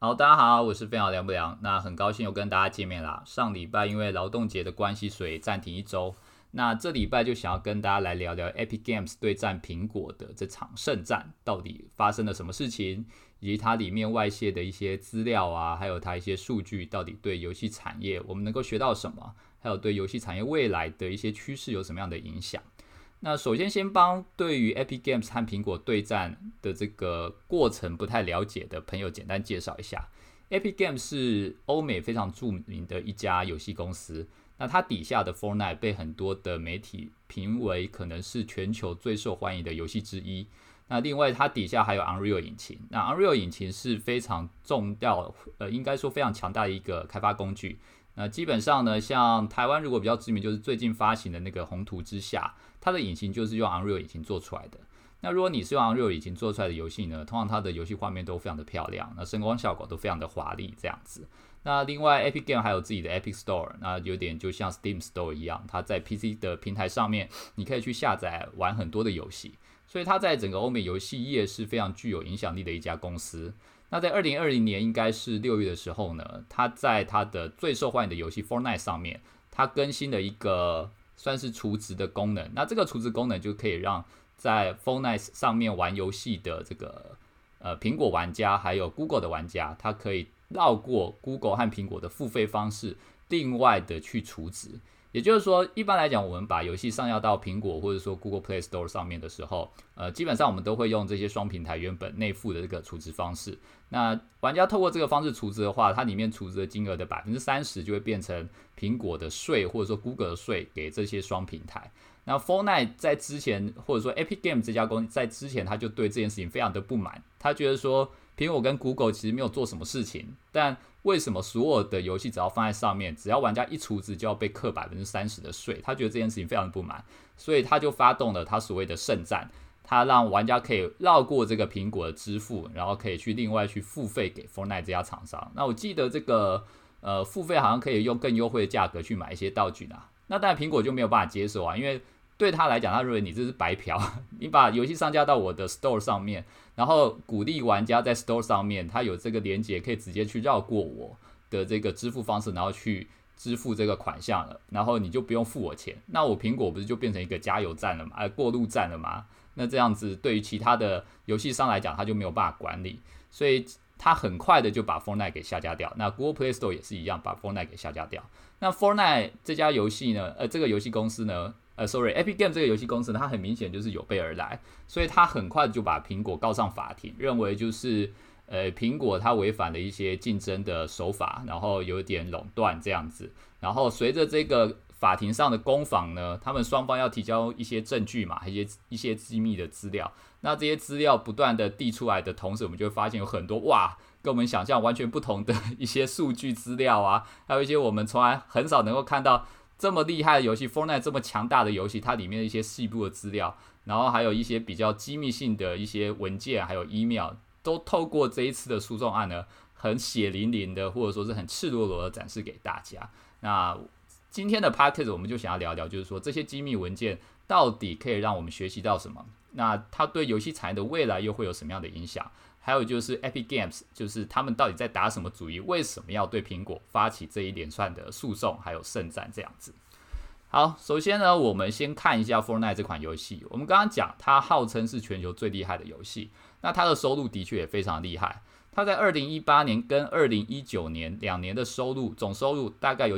好，大家好，我是飞鸟凉不凉。那很高兴又跟大家见面啦。上礼拜因为劳动节的关系，所以暂停一周。那这礼拜就想要跟大家来聊聊 Epic Games 对战苹果的这场圣战，到底发生了什么事情，以及它里面外泄的一些资料啊，还有它一些数据，到底对游戏产业我们能够学到什么，还有对游戏产业未来的一些趋势有什么样的影响。那首先帮对于 Epic Games 和苹果对战的这个过程不太了解的朋友简单介绍一下。Epic Games 是欧美非常著名的一家游戏公司，那它底下的 Fortnite 被很多的媒体评为可能是全球最受欢迎的游戏之一。那另外它底下还有 Unreal 引擎，那 Unreal 引擎是非常重要，应该说非常强大的一个开发工具。那基本上呢，像台湾如果比较知名，就是最近发行的那个宏图之下，它的引擎就是用 Unreal 引擎做出来的。那如果你是用 Unreal 引擎做出来的游戏呢，通常它的游戏画面都非常的漂亮，那声光效果都非常的华丽这样子。那另外 Epic Games 还有自己的 Epic Store， 那有点就像 Steam Store 一样，它在 PC 的平台上面，你可以去下载玩很多的游戏，所以它在整个欧美游戏业是非常具有影响力的一家公司。那在2020年应该是6月的时候呢，它在它的最受欢迎的游戏 Fortnite 上面，它更新了一个算是储值的功能。那这个储值功能就可以让在 Fortnite 上面玩游戏的这个苹果玩家还有 Google 的玩家，它可以绕过 Google 和苹果的付费方式，另外的去储值。也就是说，一般来讲，我们把游戏上架到苹果或者说 Google Play Store 上面的时候，基本上我们都会用这些双平台原本内附的这个储值方式。那玩家透过这个方式储值的话，它里面储值的金额的30%就会变成苹果的税或者说 Google 的税给这些双平台。那 Fortnite 在之前，或者说 Epic Games 这家公司在之前，他就对这件事情非常的不满，他觉得说苹果跟 Google 其实没有做什么事情，但为什么所有的游戏只要放在上面，只要玩家一储值就要被课30%的税？他觉得这件事情非常的不满，所以他就发动了他所谓的圣战，他让玩家可以绕过这个苹果的支付，然后可以去另外去付费给 Fortnite 这家厂商。那我记得这个付费好像可以用更优惠的价格去买一些道具啦。那当然苹果就没有办法接受啊，因为对他来讲，他认为你这是白嫖，你把游戏上架到我的 Store 上面，然后鼓励玩家在 Store 上面，他有这个连结可以直接去绕过我的这个支付方式，然后去支付这个款项了，然后你就不用付我钱，那我苹果不是就变成一个加油站了吗？过路站了吗？那这样子对于其他的游戏商来讲，他就没有办法管理，所以他很快的就把 Fortnite 给下架掉。那 Google Play Store 也是一样，把 Fortnite 给下架掉。那 Fortnite 这家游戏呢，这个游戏公司呢，Epic Games 这个游戏公司呢，它很明显就是有备而来，所以它很快就把苹果告上法庭，认为就是苹果它违反了一些竞争的手法，然后有点垄断这样子。然后随着这个法庭上的攻防呢，他们双方要提交一些证据嘛，一些机密的资料。那这些资料不断的递出来的同时，我们就会发现有很多跟我们想象完全不同的一些数据资料啊，还有一些我们从来很少能够看到这么厉害的游戏 Fortnite 这么强大的游戏，它里面的一些细部的资料，然后还有一些比较机密性的一些文件，还有 email， 都透过这一次的诉讼案呢，很血淋淋的，或者说是很赤裸裸的展示给大家。那今天的 podcast 我们就想要聊聊，就是说这些机密文件到底可以让我们学习到什么？那它对游戏产业的未来又会有什么样的影响？还有就是 Epic Games， 就是他们到底在打什么主意？为什么要对苹果发起这一连串的诉讼，还有圣战这样子？好，首先呢，我们先看一下 Fortnite 这款游戏。我们刚刚讲，它号称是全球最厉害的游戏，那它的收入的确也非常厉害。它在2018年跟2019年2年的总收入大概有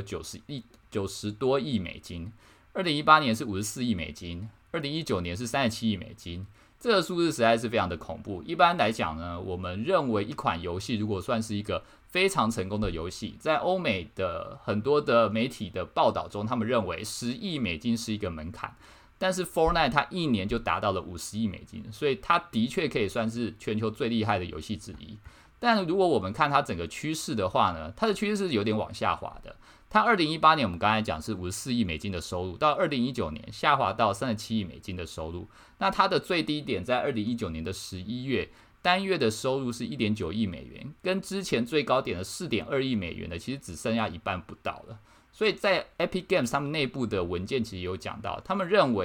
90多亿美金。2018年是54亿美金，2019年是37亿美金。这个数字实在是非常的恐怖。一般来讲呢，我们认为一款游戏如果算是一个非常成功的游戏，在欧美的很多的媒体的报道中，他们认为10亿美金是一个门槛。但是 Fortnite 它一年就达到了50亿美金，所以它的确可以算是全球最厉害的游戏之一。但如果我们看它整个趋势的话呢，它的趋势是有点往下滑的。它2018年我们刚才讲是54亿美金的收入，到2019年下滑到37亿美金的收入。那它的最低点在2019年的11月，单月的收入是 1.9 亿美元，跟之前最高点的 4.2 亿美元呢，其实只剩下一半不到了。所以在 Epic Games 他们内部的文件其实有讲到，他们认为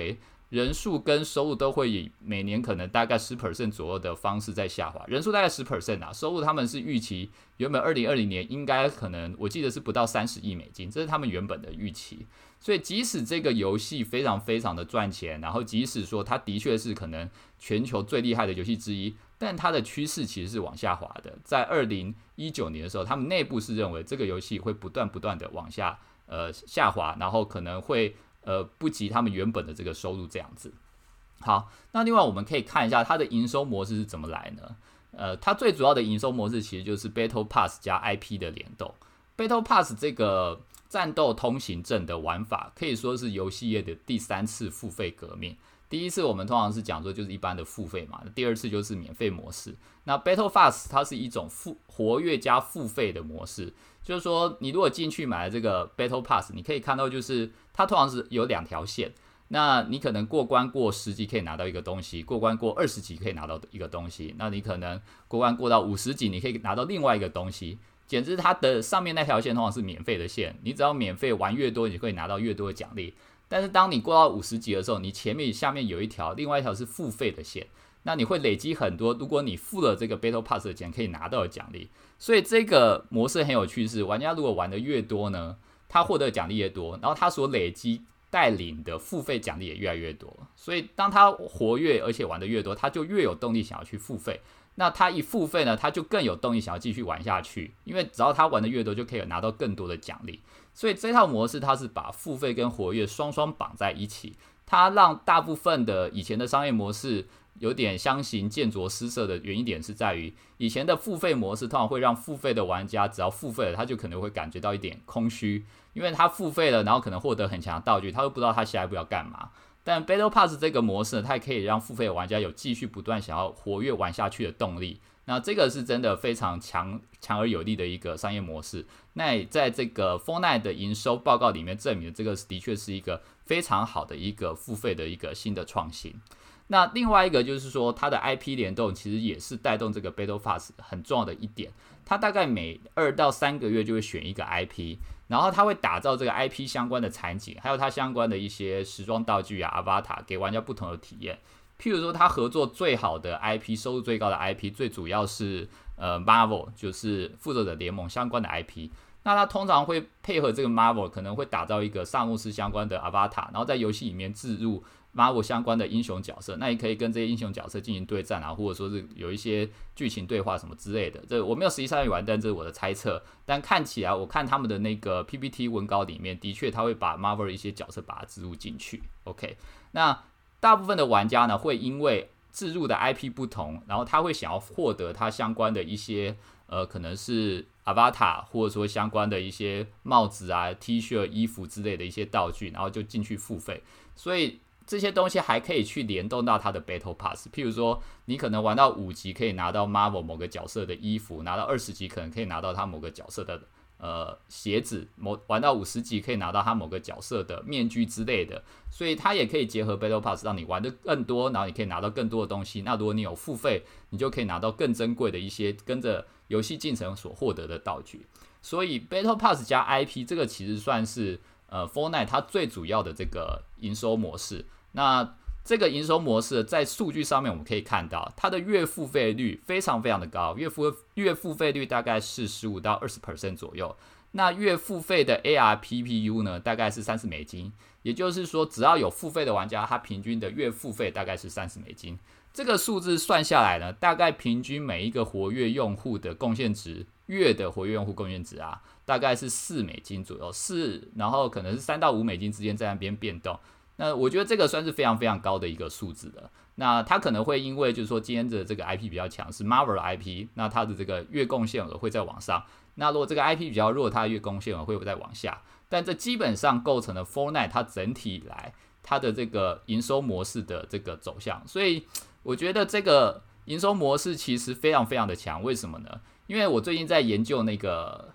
人数跟收入都会以每年可能大概 10% 左右的方式在下滑，人数大概 10% 啊，收入他们是预期原本2020年应该可能我记得是不到30亿美金，这是他们原本的预期。所以即使这个游戏非常非常的赚钱，然后即使说它的确是可能全球最厉害的游戏之一，但它的趋势其实是往下滑的。在2019年的时候，他们内部是认为这个游戏会不断的往下下滑，然后可能会不及他们原本的这个收入这样子。好，那另外我们可以看一下它的营收模式是怎么来呢？它最主要的营收模式其实就是 Battle Pass 加 IP 的联动。Battle Pass 这个战斗通行证的玩法可以说是游戏业的第3次付费革命。第一次我们通常是讲说就是一般的付费嘛，第二次就是免费模式。那 Battle Pass 它是一种活跃加付费的模式，就是说你如果进去买了这个 Battle Pass， 你可以看到就是它通常是有2条线。那你可能过关过10级可以拿到一个东西，过关过20级可以拿到一个东西，那你可能过关过到50级你可以拿到另外一个东西。简直它的上面那条线通常是免费的线，你只要免费玩越多，你就可以拿到越多的奖励。但是当你过到50级的时候，你前面下面有一条，另外一条是付费的线，那你会累积很多，如果你付了这个 Battle Pass 的钱可以拿到的奖励。所以这个模式很有趣，是玩家如果玩的越多呢，他获得的奖励越多，然后他所累积带领的付费奖励也越来越多。所以当他活跃而且玩的越多，他就越有动力想要去付费。那他一付费呢，他就更有动力想要继续玩下去，因为只要他玩的越多，就可以拿到更多的奖励。所以这套模式它是把付费跟活跃双双绑在一起，它让大部分的以前的商业模式有点相形见拙失色的原因点是在于，以前的付费模式通常会让付费的玩家只要付费了，他就可能会感觉到一点空虚，因为他付费了，然后可能获得很强的道具，他又不知道他下一步要干嘛。但 Battle Pass 这个模式呢，它也可以让付费的玩家有继续不断想要活跃玩下去的动力。那这个是真的非常强而有力的一个商业模式。那也在这个 Fortnite 的营收报告里面证明，这个的确是一个非常好的一个付费的一个新的创新。那另外一个就是说，它的 IP 联动其实也是带动这个 Battle Pass 很重要的一点。它大概每2到3个月就会选一个 IP， 然后它会打造这个 IP 相关的场景，还有它相关的一些时装道具啊、Avatar， 给玩家不同的体验。譬如说，它合作最好的 IP、收入最高的 IP， 最主要是Marvel， 就是复仇者联盟相关的 IP。那它通常会配合这个 Marvel， 可能会打造一个萨诺斯相关的 Avatar， 然后在游戏里面置入Marvel 相关的英雄角色，那也可以跟这些英雄角色进行对战啊，或者说是有一些剧情对话什么之类的。这我没有实际参与玩，但这是我的猜测。但看起来，我看他们的那个 PPT 文稿里面，的确他会把 Marvel 的一些角色把它置入进去。OK， 那大部分的玩家呢，会因为置入的 IP 不同，然后他会想要获得他相关的一些可能是 Avatar， 或者说相关的一些帽子啊、T 恤、衣服之类的一些道具，然后就进去付费。所以这些东西还可以去联动到它的 Battle Pass， 譬如说你可能玩到5级可以拿到 Marvel 某个角色的衣服，拿到20级可能可以拿到他某个角色的鞋子，玩到50级可以拿到他某个角色的面具之类的，所以它也可以结合 Battle Pass 让你玩的更多，然后你可以拿到更多的东西。那如果你有付费，你就可以拿到更珍贵的一些跟着游戏进程所获得的道具。所以 Battle Pass 加 IP 这个其实算是Fortnite 它最主要的这个营收模式。那这个营收模式在数据上面我们可以看到，它的月付费率非常非常的高，月付费率大概是15%到20% 左右。那月付费的 ARPPU 呢，大概是30美金，也就是说只要有付费的玩家，他平均的月付费大概是30美金。这个数字算下来呢，大概平均每一个活跃用户的贡献值，月的活跃用户贡献值啊，大概是4美金左右，然后可能是3到5美金之间在那边变动。那我觉得这个算是非常非常高的一个数字了。那它可能会因为就是说今天的这个 IP 比较强，是 Marvel 的 IP， 那它的这个月贡献额会再往上。那如果这个 IP 比较弱，它的月贡献额会再往下。但这基本上构成了 Fortnite 它整体以来它的这个营收模式的这个走向。所以我觉得这个营收模式其实非常非常的强。为什么呢？因为我最近在研究那个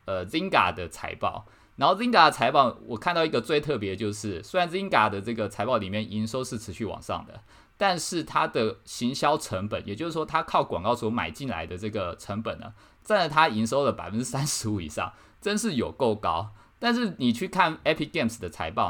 Zynga 的财报。然后 Zynga 的财报，我看到一个最特别的就是，虽然 Zynga 的这个财报里面营收是持续往上的，但是它的行销成本，也就是说它靠广告所买进来的这个成本呢，占了它营收的35%以上，真是有够高。但是你去看 Epic Games 的财报呢，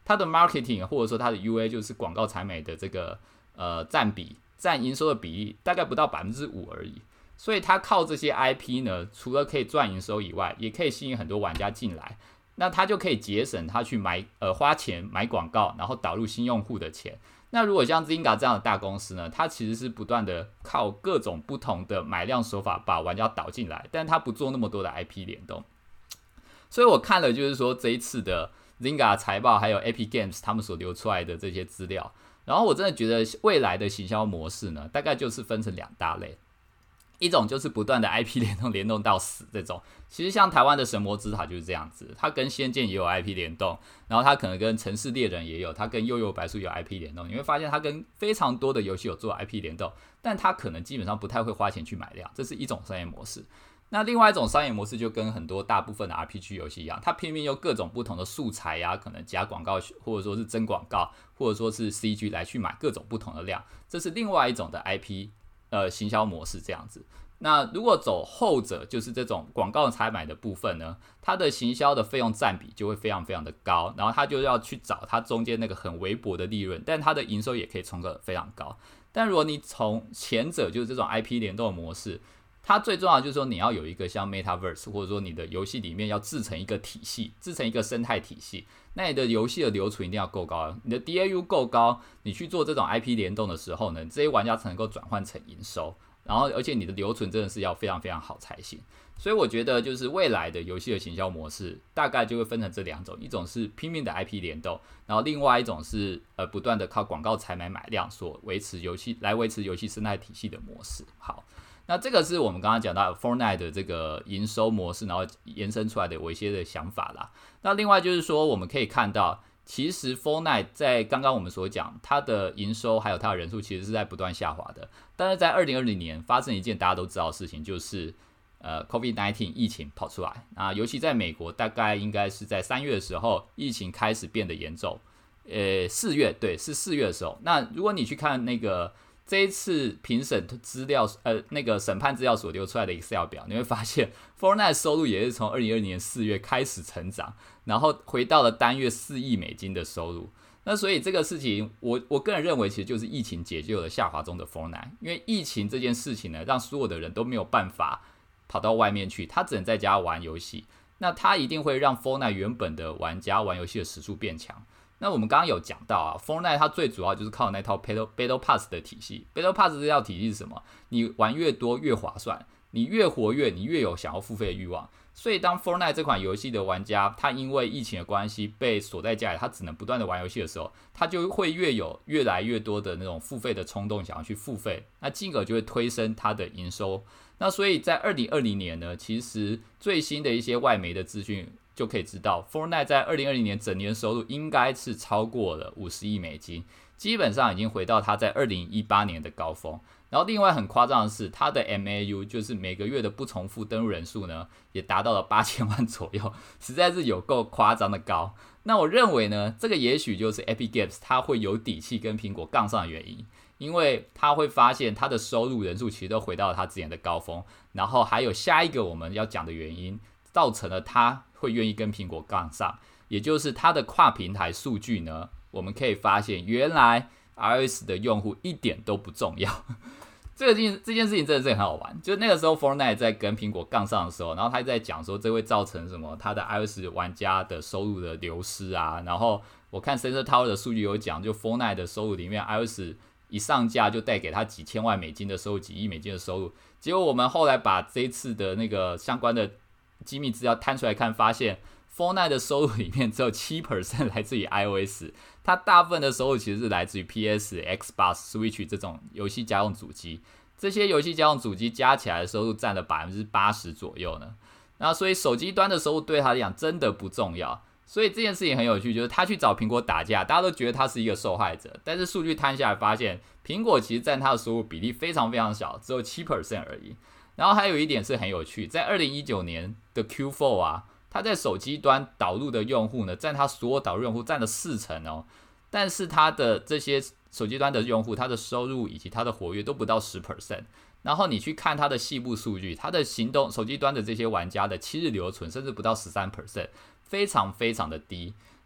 它的 marketing 或者说它的 UA 就是广告采买的这个占营收的比例大概不到5%而已。所以它靠这些 IP 呢，除了可以赚营收以外，也可以吸引很多玩家进来。那它就可以节省它去花钱买广告，然后导入新用户的钱。那如果像 Zynga 这样的大公司呢，它其实是不断的靠各种不同的买量手法把玩家导进来，但它不做那么多的 IP 联动。所以我看了就是说这一次的 Zynga 财报还有 Epic Games 他们所流出来的这些资料，然后我真的觉得未来的行销模式呢，大概就是分成2大类。一种就是不断的 IP 联动到死这种，其实像台湾的神魔之塔就是这样子，它跟仙剑也有 IP 联动，然后它可能跟城市猎人也有，它跟悠悠白书有 IP 联动，你会发现它跟非常多的游戏有做 IP 联动，但它可能基本上不太会花钱去买量，这是一种商业模式。那另外一种商业模式就跟很多大部分的 RPG 游戏一样，它偏偏用各种不同的素材啊，可能假广告或者说是真广告，或者说是 CG 来去买各种不同的量，这是另外一种的 IP行销模式这样子。那如果走后者，就是这种广告采买的部分呢，它的行销的费用占比就会非常非常的高，然后它就要去找它中间那个很微薄的利润，但它的营收也可以冲个非常高。但如果你从前者就是这种 IP 联动的模式，它最重要的就是说你要有一个像 Metaverse， 或者说你的游戏里面要制成一个体系，制成一个生态体系，那你的游戏的留存一定要够高，你的 DAU 够高，你去做这种 IP 联动的时候呢，这些玩家才能够转换成营收。然后，而且你的留存真的是要非常非常好才行，所以我觉得就是未来的游戏的行销模式大概就会分成这2种，一种是拼命的 IP 联动，然后另外一种是不断的靠广告采买量所维持游戏生态体系的模式。好，那这个是我们刚刚讲到 Fortnite 的这个营收模式，然后延伸出来的我一些的想法啦。那另外就是说，我们可以看到，其实 Fortnite 在刚刚我们所讲，它的营收还有它的人数其实是在不断下滑的。但是在2020年发生一件大家都知道的事情，就是COVID-19 疫情跑出来啊，尤其在美国，大概应该是在3月的时候，疫情开始变得严重。4月，对，是4月的时候。那如果你去看那个这一次评审资料，那个审判资料所流出来的 Excel 表，你会发现 Fortnite 收入也是从2020年4月开始成长，然后回到了单月$4亿的收入。那所以这个事情，我个人认为其实就是疫情解救了下滑中的 Fortnite， 因为疫情这件事情呢，让所有的人都没有办法跑到外面去，他只能在家玩游戏。那他一定会让 Fortnite 原本的玩家玩游戏的时数变强。那我们刚刚有讲到啊 ，Fortnite 它最主要就是靠那套 Battle Pass 的体系。Battle Pass 这套体系是什么？你玩越多越划算，你越活跃，你越有想要付费的欲望。所以当 Fortnite 这款游戏的玩家，他因为疫情的关系被锁在家里，他只能不断的玩游戏的时候，他就会越来越多的那种付费的冲动，想要去付费，那进而就会推升他的营收。那所以在2020年呢，其实最新的一些外媒的资讯就可以知道 ，Fortnite 在2020年整年收入应该是超过了$50亿，基本上已经回到他在2018年的高峰。然后另外很夸张的是，它的 MAU 就是每个月的不重复登录人数呢，也达到了8000万左右，实在是有够夸张的高。那我认为呢，这个也许就是 Epic Games 它会有底气跟苹果杠上的原因，因为它会发现它的收入人数其实都回到了它之前的高峰，然后还有下一个我们要讲的原因，造成了它会愿意跟苹果杠上，也就是它的跨平台数据呢，我们可以发现原来 iOS 的用户一点都不重要。这件事情真的是很好玩，就是那个时候 Fortnite 在跟苹果杠上的时候，然后他在讲说这会造成什么他的 iOS 玩家的收入的流失啊，然后我看 Sensor Tower 的数据有讲，就 Fortnite 的收入里面 iOS 一上架就带给他几千万美金的收入，几亿美金的收入，结果我们后来把这一次的那个相关的机密资料摊出来看，发现 Fortnite 的收入里面只有 7% 来自于 iOS， 它大部分的收入其实是来自于 PS、Xbox、Switch 这种游戏家用主机，这些游戏家用主机加起来的收入占了 80% 左右呢。那所以手机端的收入对他来讲真的不重要，所以这件事情很有趣，就是他去找苹果打架，大家都觉得他是一个受害者，但是数据摊下来发现，苹果其实占他的收入比例非常非常小，只有 7% 而已。然后还有一点是很有趣，在2019年的 Q4 啊，他在手机端导入的用户呢，占他所有导入用户占了40%哦，但是他的这些手机端的用户，他的收入以及他的活跃都不到 10%。然后你去看他的细部数据，他的行动手机端的这些玩家的7日留存甚至不到 13%， 非常非常的低。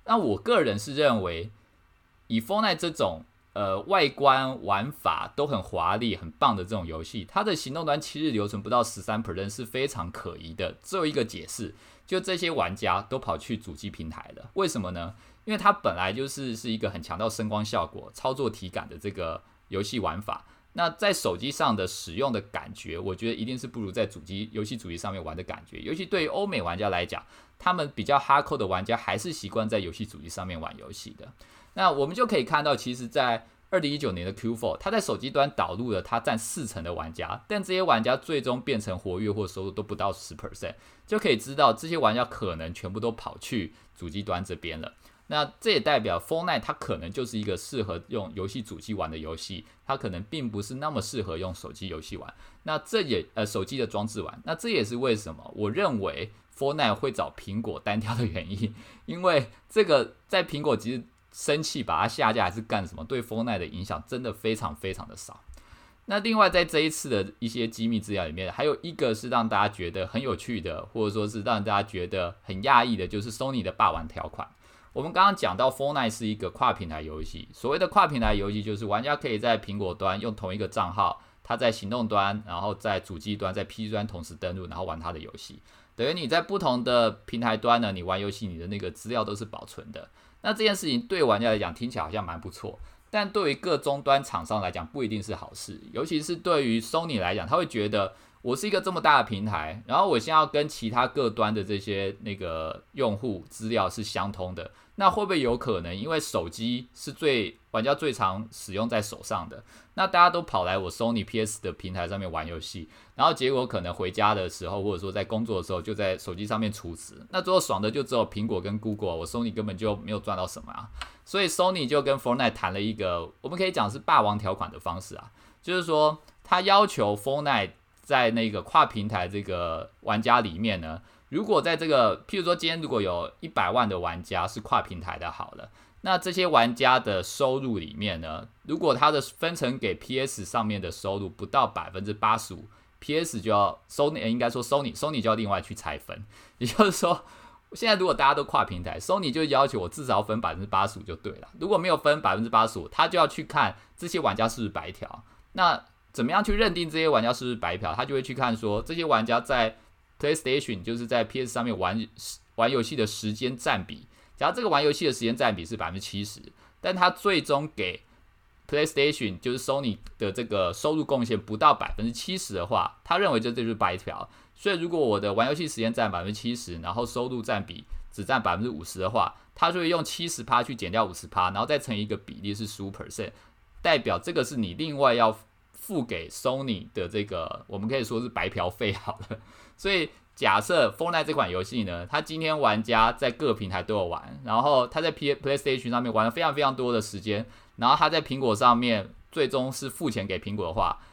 那我个人是认为，以 Fortnite 这种外观玩法都很华丽、很棒的这种游戏，它的行动端7日留存不到13%是非常可疑的。只有一个解释，就这些玩家都跑去主机平台了。为什么呢？因为它本来就是一个很强调声光效果、操作体感的这个游戏玩法。那在手机上的使用的感觉，我觉得一定是不如在游戏主机上面玩的感觉。尤其对于欧美玩家来讲，他们比较 hardcore 的玩家还是习惯在游戏主机上面玩游戏的。那我们就可以看到，其实在2019年的 Q4， 它在手机端导入了它占40%的玩家，但这些玩家最终变成活跃或收入都不到 10%， 就可以知道这些玩家可能全部都跑去主机端这边了。那这也代表 Fortnite 它可能就是一个适合用游戏主机玩的游戏，它可能并不是那么适合用手机游戏玩。那这也手机的装置玩，那这也是为什么我认为 Fortnite 会找苹果单挑的原因，因为这个在苹果其实生气把它下架还是干什么，对 Fortnite 的影响真的非常非常的少。那另外在这一次的一些机密资料里面，还有一个是让大家觉得很有趣的，或者说是让大家觉得很讶异的，就是 Sony 的霸王条款。我们刚刚讲到 Fortnite 是一个跨平台游戏，所谓的跨平台游戏就是玩家可以在苹果端用同一个账号，他在行动端，然后在主机端、在 PC 端同时登录，然后玩他的游戏。等于你在不同的平台端呢，你玩游戏，你的那个资料都是保存的。那这件事情对玩家来讲听起来好像蛮不错，但对于各终端厂商来讲不一定是好事，尤其是对于 Sony 来讲，他会觉得我是一个这么大的平台，然后我现在要跟其他各端的这些用户资料是相通的，那会不会有可能因为手机是玩家最常使用在手上的，那大家都跑来我 Sony PS 的平台上面玩游戏，然后结果可能回家的时候或者说在工作的时候就在手机上面储值，那最后爽的就只有苹果跟 Google， 我 Sony 根本就没有赚到什么啊。所以 Sony 就跟 Fortnite 谈了一个我们可以讲是霸王条款的方式啊，就是说他要求 Fortnite 在那个跨平台这个玩家里面呢，如果在这个譬如说今天如果有100万的玩家是跨平台的好了，那这些玩家的收入里面呢，如果他的分成给 PS 上面的收入不到 85%， PS 就要 Sony 应该说 Sony 就要另外去拆分。也就是说现在如果大家都跨平台， Sony 就要求我至少要分 85% 就对了，如果没有分 85%， 他就要去看这些玩家是不是白条。那怎么样去认定这些玩家是不是白嫖？他就会去看说这些玩家在 PlayStation 就是在 PS 上面玩游戏的时间占比，假如这个玩游戏的时间占比是 70%， 但他最终给 PlayStation 就是 Sony 的这个收入贡献不到 70% 的话，他认为这就是白嫖。所以如果我的玩游戏时间占 70%， 然后收入占比只占 50% 的话，他就会用 70% 去减掉 50%， 然后再乘以一个比例是 15%， 代表这个是你另外要付给 Sony 的这个我们可以说是白嫖费好了。所以假设 Fortnite 这款游戏呢，它今天玩家在各平台都有玩，然后他在 PlayStation 上面玩了非常非常多的时间，然后他在苹果上面最终是付钱给苹果的话，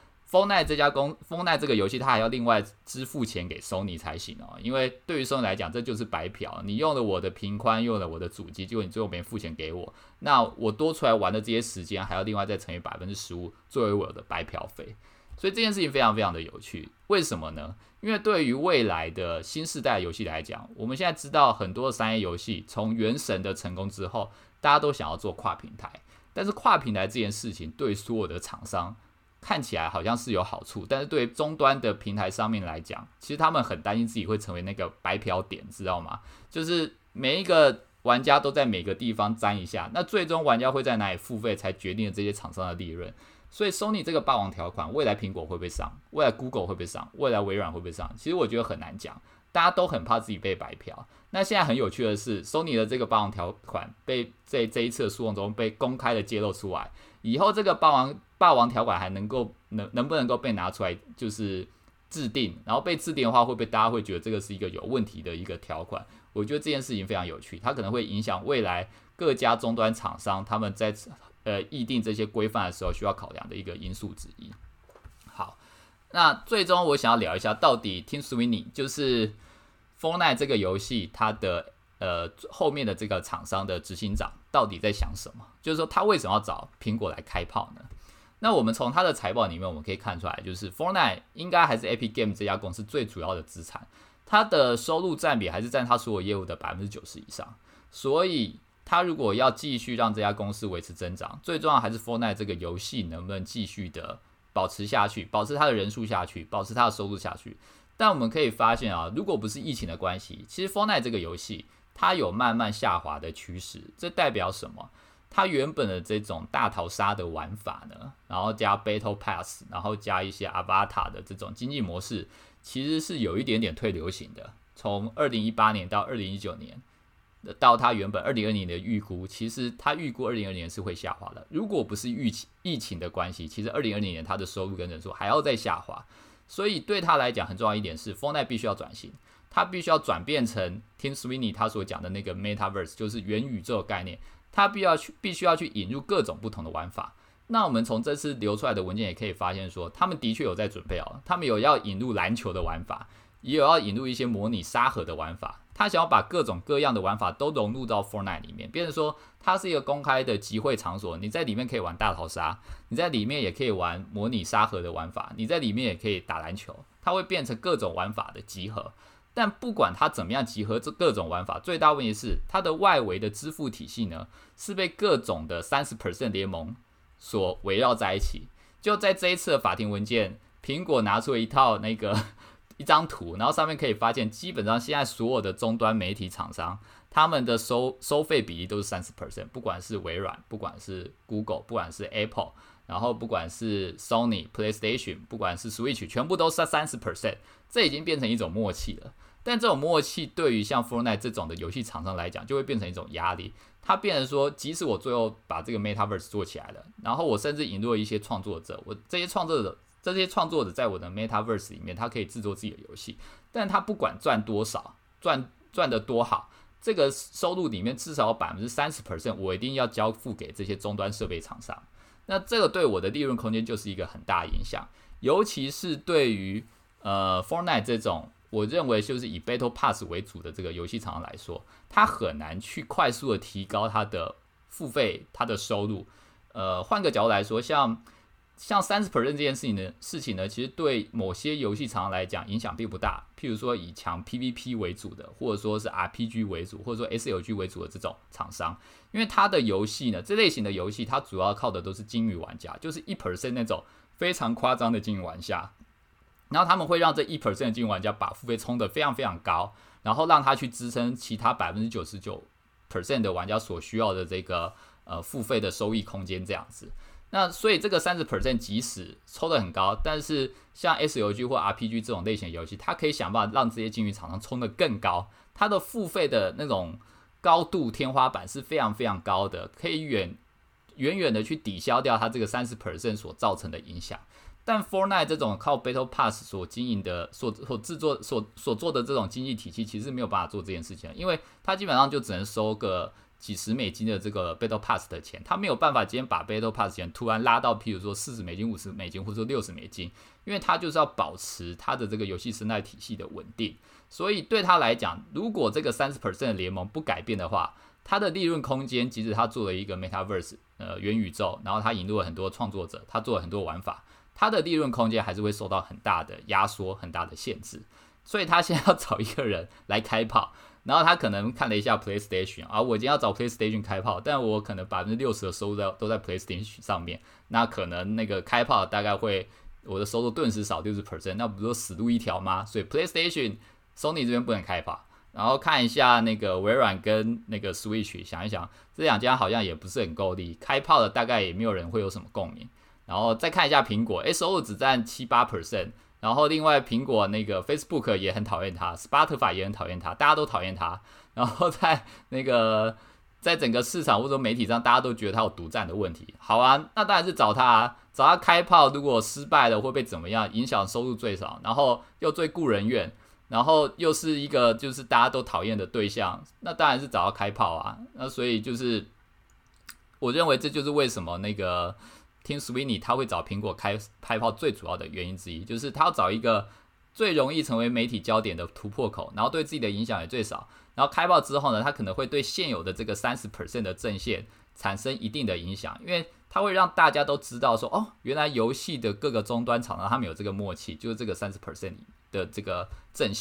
Fortnite 这个游戏它还要另外支付钱给 Sony 才行哦，因为对于 Sony 来讲这就是白嫖，你用了我的频宽，用了我的主机，结果你最后没付钱给我，那我多出来玩的这些时间还要另外再乘以 15% 作为我的白嫖费。所以这件事情非常非常的有趣，为什么呢？因为对于未来的新世代的游戏来讲，我们现在知道很多的3A 游戏从原神的成功之后，大家都想要做跨平台，但是跨平台这件事情对所有的厂商看起来好像是有好处，但是对于终端的平台上面来讲，其实他们很担心自己会成为那个白嫖点，知道吗？就是每一个玩家都在每个地方沾一下，那最终玩家会在哪里付费才决定了这些厂商的利润。所以 Sony 这个霸王条款，未来苹果会不会上？未来 Google 会不会上？未来微软会不会上？其实我觉得很难讲，大家都很怕自己被白嫖。那现在很有趣的是 ，Sony 的这个霸王条款被这一次的诉讼中被公开的揭露出来，以后这个霸王条款还能不能够被拿出来就是制定？然后被制定的话，会不会大家会觉得这个是一个有问题的一个条款？我觉得这件事情非常有趣，它可能会影响未来各家终端厂商他们在议定这些规范的时候需要考量的一个因素之一。好，那最终我想要聊一下，到底 Tim Sweeney 就是 Fortnite 这个游戏它的后面的这个厂商的执行长到底在想什么？就是说他为什么要找苹果来开炮呢？那我们从他的财报里面我们可以看出来，就是 Fortnite 应该还是 Epic Games 这家公司最主要的资产，它的收入占比还是占它所有业务的 90% 以上，所以他如果要继续让这家公司维持增长，最重要还是 Fortnite 这个游戏能不能继续的保持下去，保持它的人数下去，保持它的收入下去。但我们可以发现啊，如果不是疫情的关系，其实 Fortnite 这个游戏它有慢慢下滑的趋势。这代表什么？它原本的这种大逃杀的玩法呢，然后加 Battle Pass， 然后加一些 Avatar 的这种经济模式，其实是有一点点退流行的。从2018年到2019年，到它原本2020年的预估，其实它预估2020年是会下滑的。如果不是疫情的关系，其实2020年它的收入跟人数还要再下滑。所以对他来讲很重要一点是 Fortnite 必须要转型，它必须要转变成 Tim Sweeney 他所讲的那个 Metaverse， 就是元宇宙的概念，它必须要去引入各种不同的玩法。那我们从这次流出来的文件也可以发现说，他们的确有在准备哦，他们有要引入篮球的玩法，也有要引入一些模拟沙盒的玩法，他想要把各种各样的玩法都融入到 Fortnite 里面，变成说它是一个公开的集会场所，你在里面可以玩大逃杀，你在里面也可以玩模拟沙盒的玩法，你在里面也可以打篮球，它会变成各种玩法的集合。但不管它怎么样集合这各种玩法，最大问题是它的外围的支付体系呢，是被各种的 30% 联盟所围绕在一起。就在这一次的法庭文件，苹果拿出了一张图，然后上面可以发现，基本上现在所有的终端媒体厂商，他们的收费比例都是 30%， 不管是微软，不管是 Google， 不管是 Apple， 然后不管是 Sony、PlayStation， 不管是 Switch， 全部都是 30%， 这已经变成一种默契了。但这种默契对于像 Fortnite 这种的游戏厂商来讲，就会变成一种压力。它变成说，即使我最后把这个 Metaverse 做起来了，然后我甚至引入了一些创作者，这些创作者在我的 Metaverse 里面，他可以制作自己的游戏，但他不管赚多少，赚得多好，这个收入里面至少有 30%， 我一定要交付给这些终端设备厂商。那这个对我的利润空间就是一个很大的影响，尤其是对于Fortnite 这种我认为就是以 Battle Pass 为主的这个游戏厂商来说，它很难去快速的提高它的付费、它的收入。换个角度来说，像 30% 这件事情呢，其实对某些游戏厂商来讲影响并不大。譬如说以强 PVP 为主的，或者说是 RPG 为主，或者说 SLG 为主的这种厂商，因为它的游戏呢，这类型的游戏它主要靠的都是精英玩家，就是 1% 那种非常夸张的精英玩家。然后他们会让这 1% 的精英玩家把付费冲得非常非常高，然后让他去支撑其他 99% 的玩家所需要的这个付费的收益空间这样子。那所以这个 30% 即使抽得很高，但是像 SLG 或 RPG 这种类型的游戏，它可以想办法让这些竞鱼厂商冲得更高，它的付费的那种高度天花板是非常非常高的，可以远远的去抵消掉它这个 30% 所造成的影响。但 Fortnite 这种靠 Battle Pass 所经营的、所做的这种经济体系，其实没有办法做这件事情，因为它基本上就只能收个几十美金的这个 Battle Pass 的钱，它没有办法今天把 Battle Pass 钱突然拉到，譬如说40美金、50美金，或者说60美金，因为它就是要保持它的这个游戏生态体系的稳定。所以对他来讲，如果这个 30% 的联盟不改变的话，它的利润空间，即使他做了一个 Metaverse 元宇宙，然后他引入了很多创作者，他做了很多玩法，他的利润空间还是会受到很大的压缩、很大的限制。所以他现在要找一个人来开炮，然后他可能看了一下 PlayStation 啊，我今天要找 PlayStation 开炮，但我可能60%的收入都在 PlayStation 上面，那可能那个开炮大概会我的收入顿时少60%，那不是死路一条吗？所以 PlayStation、Sony 这边不能开炮。然后看一下那个微软跟那个 Switch， 想一想这两家好像也不是很够力，开炮的大概也没有人会有什么共鸣。然后再看一下苹果，收入只占 7-8%， 然后另外苹果那个 Facebook 也很讨厌它， Spotify 也很讨厌它，大家都讨厌它。然后在整个市场或者媒体上，大家都觉得它有独占的问题。好啊，那当然是找他开炮，如果失败了会被怎么样？影响收入最少，然后又最顾人怨，然后又是一个就是大家都讨厌的对象，那当然是找他开炮啊。那所以就是我认为这就是为什么那个Tim Sweeney 他会找苹果开炮最主要的原因之一，就是他要找一个最容易成为媒体焦点的突破口，然后对自己的影响也最少。然后开炮之后呢，他可能会对现有的这个 30% 的阵线产生一定的影响，因为它会让大家都知道说，哦，原来游戏的各个终端厂商他们有这个默契，就是这个 30% 的这个阵线。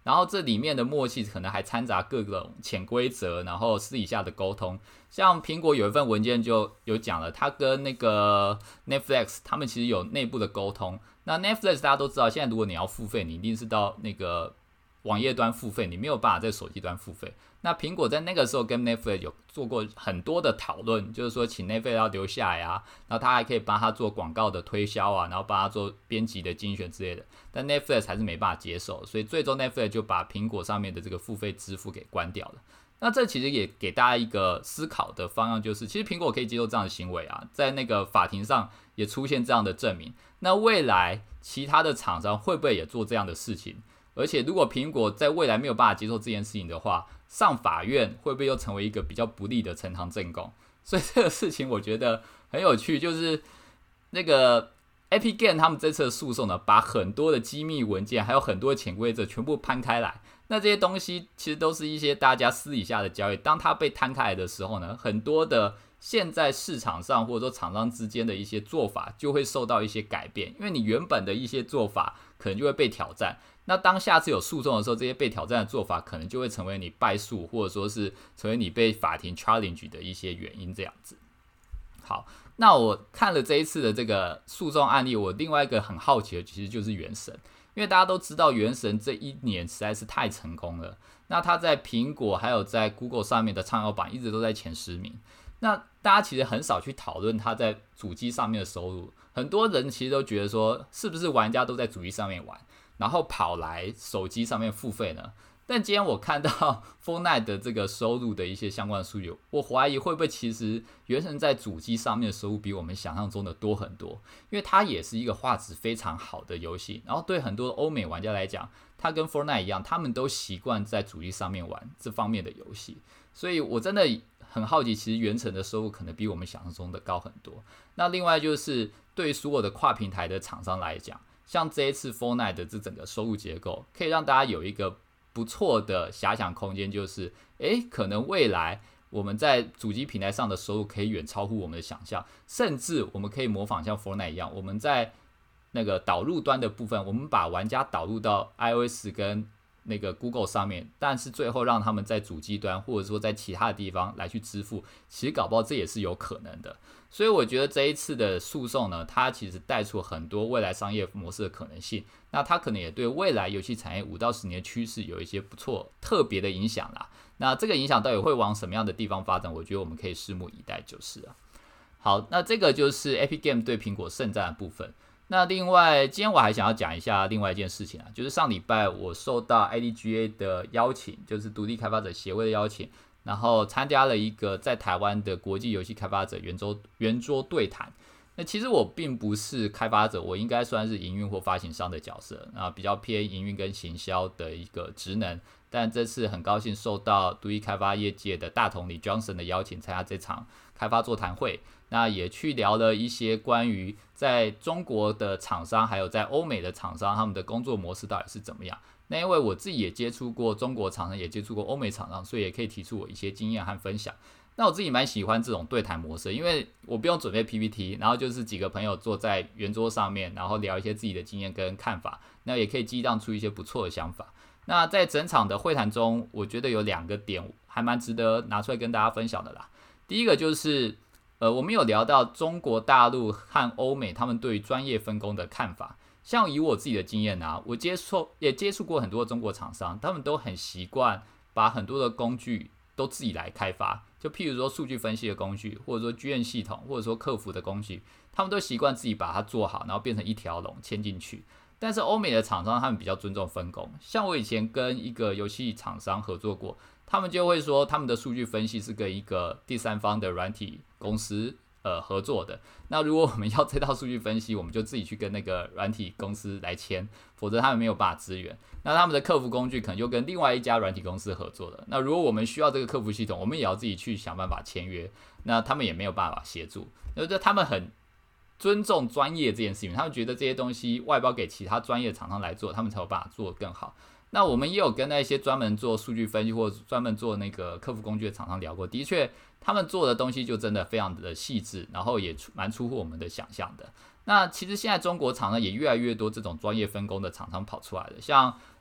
然后这里面的默契可能还掺杂各种潜规则，然后私底下的沟通。像苹果有一份文件就有讲了，它跟那个 Netflix 他们其实有内部的沟通。那 Netflix 大家都知道，现在如果你要付费，你一定是到那个网页端付费，你没有办法在手机端付费。那苹果在那个时候跟 Netflix 有做过很多的讨论，就是说请 Netflix 要留下来啊，然后他还可以帮他做广告的推销啊，然后帮他做编辑的精选之类的。但 Netflix 还是没办法接受，所以最终 Netflix 就把苹果上面的这个付费支付给关掉了。那这其实也给大家一个思考的方向，就是其实苹果可以接受这样的行为啊，在那个法庭上也出现这样的证明。那未来其他的厂商会不会也做这样的事情？而且如果苹果在未来没有办法接受这件事情的话，上法院会不会又成为一个比较不利的呈堂证供？所以这个事情我觉得很有趣，就是那个 Epic Games 他们这次的诉讼呢，把很多的机密文件还有很多的潜规则全部摊开来。那这些东西其实都是一些大家私底下的交易，当它被摊开来的时候呢，很多的现在市场上或者说厂商之间的一些做法就会受到一些改变，因为你原本的一些做法可能就会被挑战。那当下次有诉讼的时候，这些被挑战的做法可能就会成为你败诉，或者说是成为你被法庭 challenge 的一些原因这样子。好，那我看了这一次的这个诉讼案例，我另外一个很好奇的其实就是原神。因为大家都知道原神这一年实在是太成功了，那它在苹果还有在 Google 上面的畅销榜一直都在前10名。那大家其实很少去讨论它在主机上面的收入，很多人其实都觉得说，是不是玩家都在主机上面玩，然后跑来手机上面付费呢？但今天我看到 Fortnite 的这个收入的一些相关的数据，我怀疑会不会其实原神在主机上面的收入比我们想象中的多很多，因为它也是一个画质非常好的游戏，然后对很多欧美玩家来讲，它跟 Fortnite 一样，他们都习惯在主机上面玩这方面的游戏，所以我真的很好奇，其实原神的收入可能比我们想象中的高很多。那另外就是对于所有的跨平台的厂商来讲，像这一次 Fortnite 的这整个收入结构，可以让大家有一个不错的遐想空间，就是可能未来我们在主机平台上的收入可以远超乎我们的想象，甚至我们可以模仿像 Fortnite 一样，我们在那个导入端的部分，我们把玩家导入到 iOS 跟那个 Google 上面，但是最后让他们在主机端或者说在其他的地方来去支付，其实搞不好这也是有可能的。所以我觉得这一次的诉讼呢，它其实带出很多未来商业模式的可能性，那它可能也对未来游戏产业5到10年的趋势有一些不错特别的影响啦。那这个影响到底会往什么样的地方发展，我觉得我们可以拭目以待就是了。好，那这个就是 Epic Games 对苹果圣战的部分。那另外今天我还想要讲一下另外一件事情啊，就是上礼拜我受到 IDGA 的邀请，就是独立开发者协会的邀请，然后参加了一个在台湾的国际游戏开发者圆桌对谈。那其实我并不是开发者，我应该算是营运或发行商的角色，比较偏营运跟行销的一个职能。但这次很高兴受到独立开发业界的大统领 Johnson 的邀请，参加这场开发座谈会。那也去聊了一些关于在中国的厂商，还有在欧美的厂商，他们的工作模式到底是怎么样。那因为我自己也接触过中国厂商，也接触过欧美厂商，所以也可以提出我一些经验和分享。那我自己蛮喜欢这种对谈模式，因为我不用准备 PPT， 然后就是几个朋友坐在圆桌上面，然后聊一些自己的经验跟看法，那也可以激荡出一些不错的想法。那在整场的会谈中，我觉得有2个点还蛮值得拿出来跟大家分享的啦。第一个就是我们有聊到中国大陆和欧美他们对于专业分工的看法。像以我自己的经验啊，我也接触过很多中国厂商，他们都很习惯把很多的工具都自己来开发，就譬如说数据分析的工具，或者说剧院系统，或者说客服的工具，他们都习惯自己把它做好，然后变成一条龙牵进去。但是欧美的厂商他们比较尊重分工，像我以前跟一个游戏厂商合作过，他们就会说他们的数据分析是跟一个第三方的软体公司合作的。那如果我们要这套数据分析，我们就自己去跟那个软体公司来签，否则他们没有办法支援。那他们的客服工具可能就跟另外一家软体公司合作的。那如果我们需要这个客服系统，我们也要自己去想办法签约，那他们也没有办法协助。就是他们很尊重专业这件事情，他们觉得这些东西外包给其他专业厂商来做，他们才有办法做得更好。那我们也有跟那些专门做数据分析或专门做那个客服工具的厂商聊过，的确他们做的东西就真的非常的细致，然后也蛮出乎我们的想象的。那其实现在中国厂商也越来越多这种专业分工的厂商跑出来了，像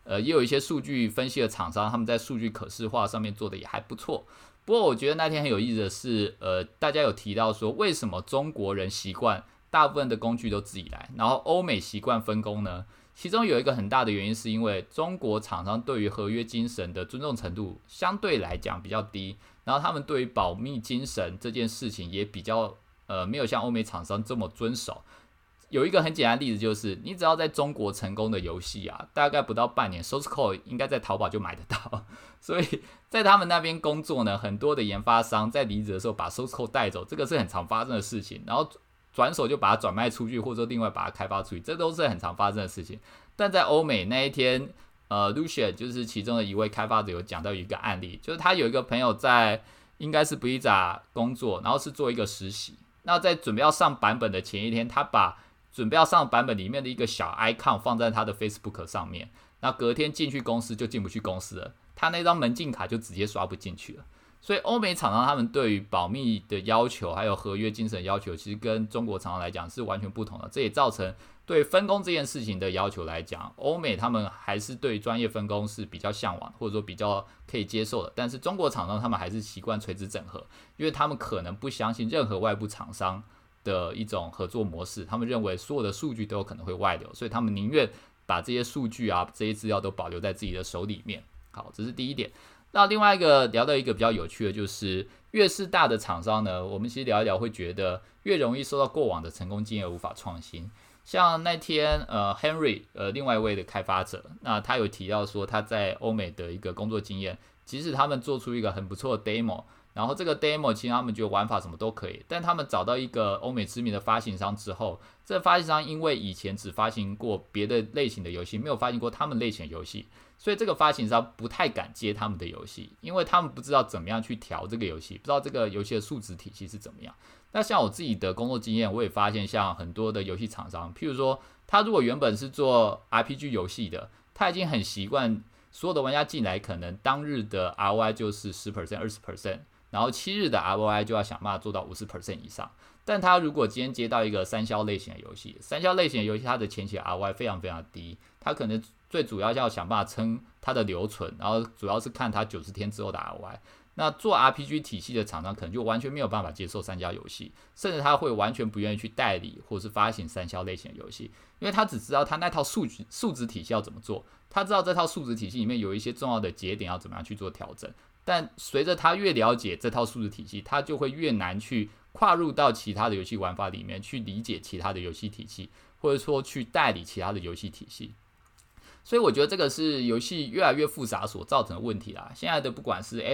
也有一些数据分析的厂商，他们在数据可视化上面做的也还不错。不过我觉得那天很有意思的是，大家有提到说，为什么中国人习惯大部分的工具都自己来，然后欧美习惯分工呢？其中有一个很大的原因是因为中国厂商对于合约精神的尊重程度相对来讲比较低，然后他们对于保密精神这件事情也比较没有像欧美厂商这么遵守。有一个很简单的例子就是，你只要在中国成功的游戏啊，大概不到半年 ，source code 应该在淘宝就买得到。所以在他们那边工作呢，很多的研发商在离职的时候把 source code 带走，这个是很常发生的事情。然后转手就把它转卖出去，或者说另外把它开发出去，这都是很常发生的事情。但在欧美那一天，Lucia 就是其中的一位开发者有讲到一个案例，就是他有一个朋友在应该是 Blizzard 工作，然后是做一个实习。那在准备要上版本的前一天，他把准备要上版本里面的一个小 icon 放在他的 Facebook 上面，那隔天进去公司就进不去公司了，他那张门禁卡就直接刷不进去了。所以欧美厂商他们对于保密的要求，还有合约精神的要求，其实跟中国厂商来讲是完全不同的。这也造成对分工这件事情的要求来讲，欧美他们还是对专业分工是比较向往，或者说比较可以接受的。但是中国厂商他们还是习惯垂直整合，因为他们可能不相信任何外部厂商的一种合作模式，他们认为所有的数据都有可能会外流，所以他们宁愿把这些数据啊、这些资料都保留在自己的手里面。好，这是第一点。那另外一个聊到一个比较有趣的，就是越是大的厂商呢，我们其实聊一聊会觉得越容易受到过往的成功经验无法创新。像那天Henry 另外一位的开发者，那他有提到说他在欧美的一个工作经验，即使他们做出一个很不错的 demo。然后这个 demo 其实他们觉得玩法什么都可以，但他们找到一个欧美知名的发行商之后，这个发行商因为以前只发行过别的类型的游戏，没有发行过他们类型的游戏，所以这个发行商不太敢接他们的游戏，因为他们不知道怎么样去调这个游戏，不知道这个游戏的数值体系是怎么样。那像我自己的工作经验，我也发现像很多的游戏厂商，譬如说他如果原本是做 RPG 游戏的，他已经很习惯所有的玩家进来，可能当日的 ROI 就是 10%、20%。然后7日的 ROI 就要想办法做到 50% 以上。但他如果今天接到一个三消类型的游戏，三消类型的游戏它的前期 ROI 非常非常低，它可能最主要要想办法撑它的留存，然后主要是看它90天之后的 ROI。那做 RPG 体系的厂商可能就完全没有办法接受三消游戏，甚至他会完全不愿意去代理或是发行三消类型的游戏，因为他只知道他那套数值体系要怎么做，他知道这套数值体系里面有一些重要的节点要怎么样去做调整。但随着他越了解这套数值体系，他就会越难去跨入到其他的游戏玩法里面去理解其他的游戏体系，或者说去代理其他的游戏体系。所以我觉得这个是游戏越来越复杂所造成的问题啦。现在的不管是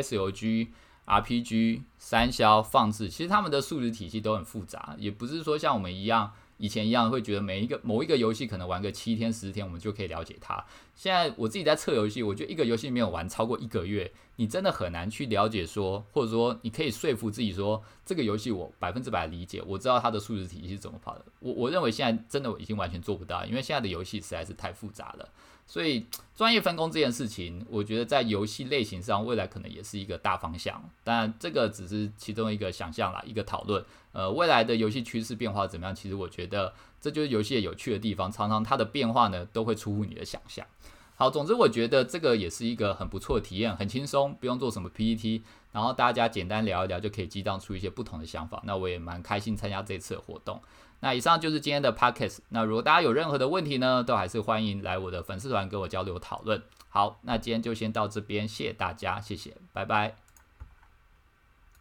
SLG、RPG、三消、放置，其实他们的数值体系都很复杂，也不是说像我们以前一样会觉得某一个游戏可能玩个7天10天我们就可以了解它。现在我自己在测游戏，我觉得一个游戏没有玩超过1个月，你真的很难去了解说，或者说你可以说服自己说这个游戏我100%理解，我知道它的数值体系是怎么跑的。我认为现在真的已经完全做不到，因为现在的游戏实在是太复杂了。所以专业分工这件事情，我觉得在游戏类型上未来可能也是一个大方向，但这个只是其中一个想象啦，一个讨论。未来的游戏趋势变化怎么样？其实我觉得这就是游戏的有趣的地方，常常它的变化呢都会出乎你的想象。好，总之我觉得这个也是一个很不错的体验，很轻松，不用做什么 PPT， 然后大家简单聊一聊就可以激荡出一些不同的想法。那我也蛮开心参加这次的活动。那以上就是今天的 Podcast。那如果大家有任何的问题呢，都还是欢迎来我的粉丝团跟我交流讨论。好，那今天就先到这边，谢谢大家，谢谢，拜拜。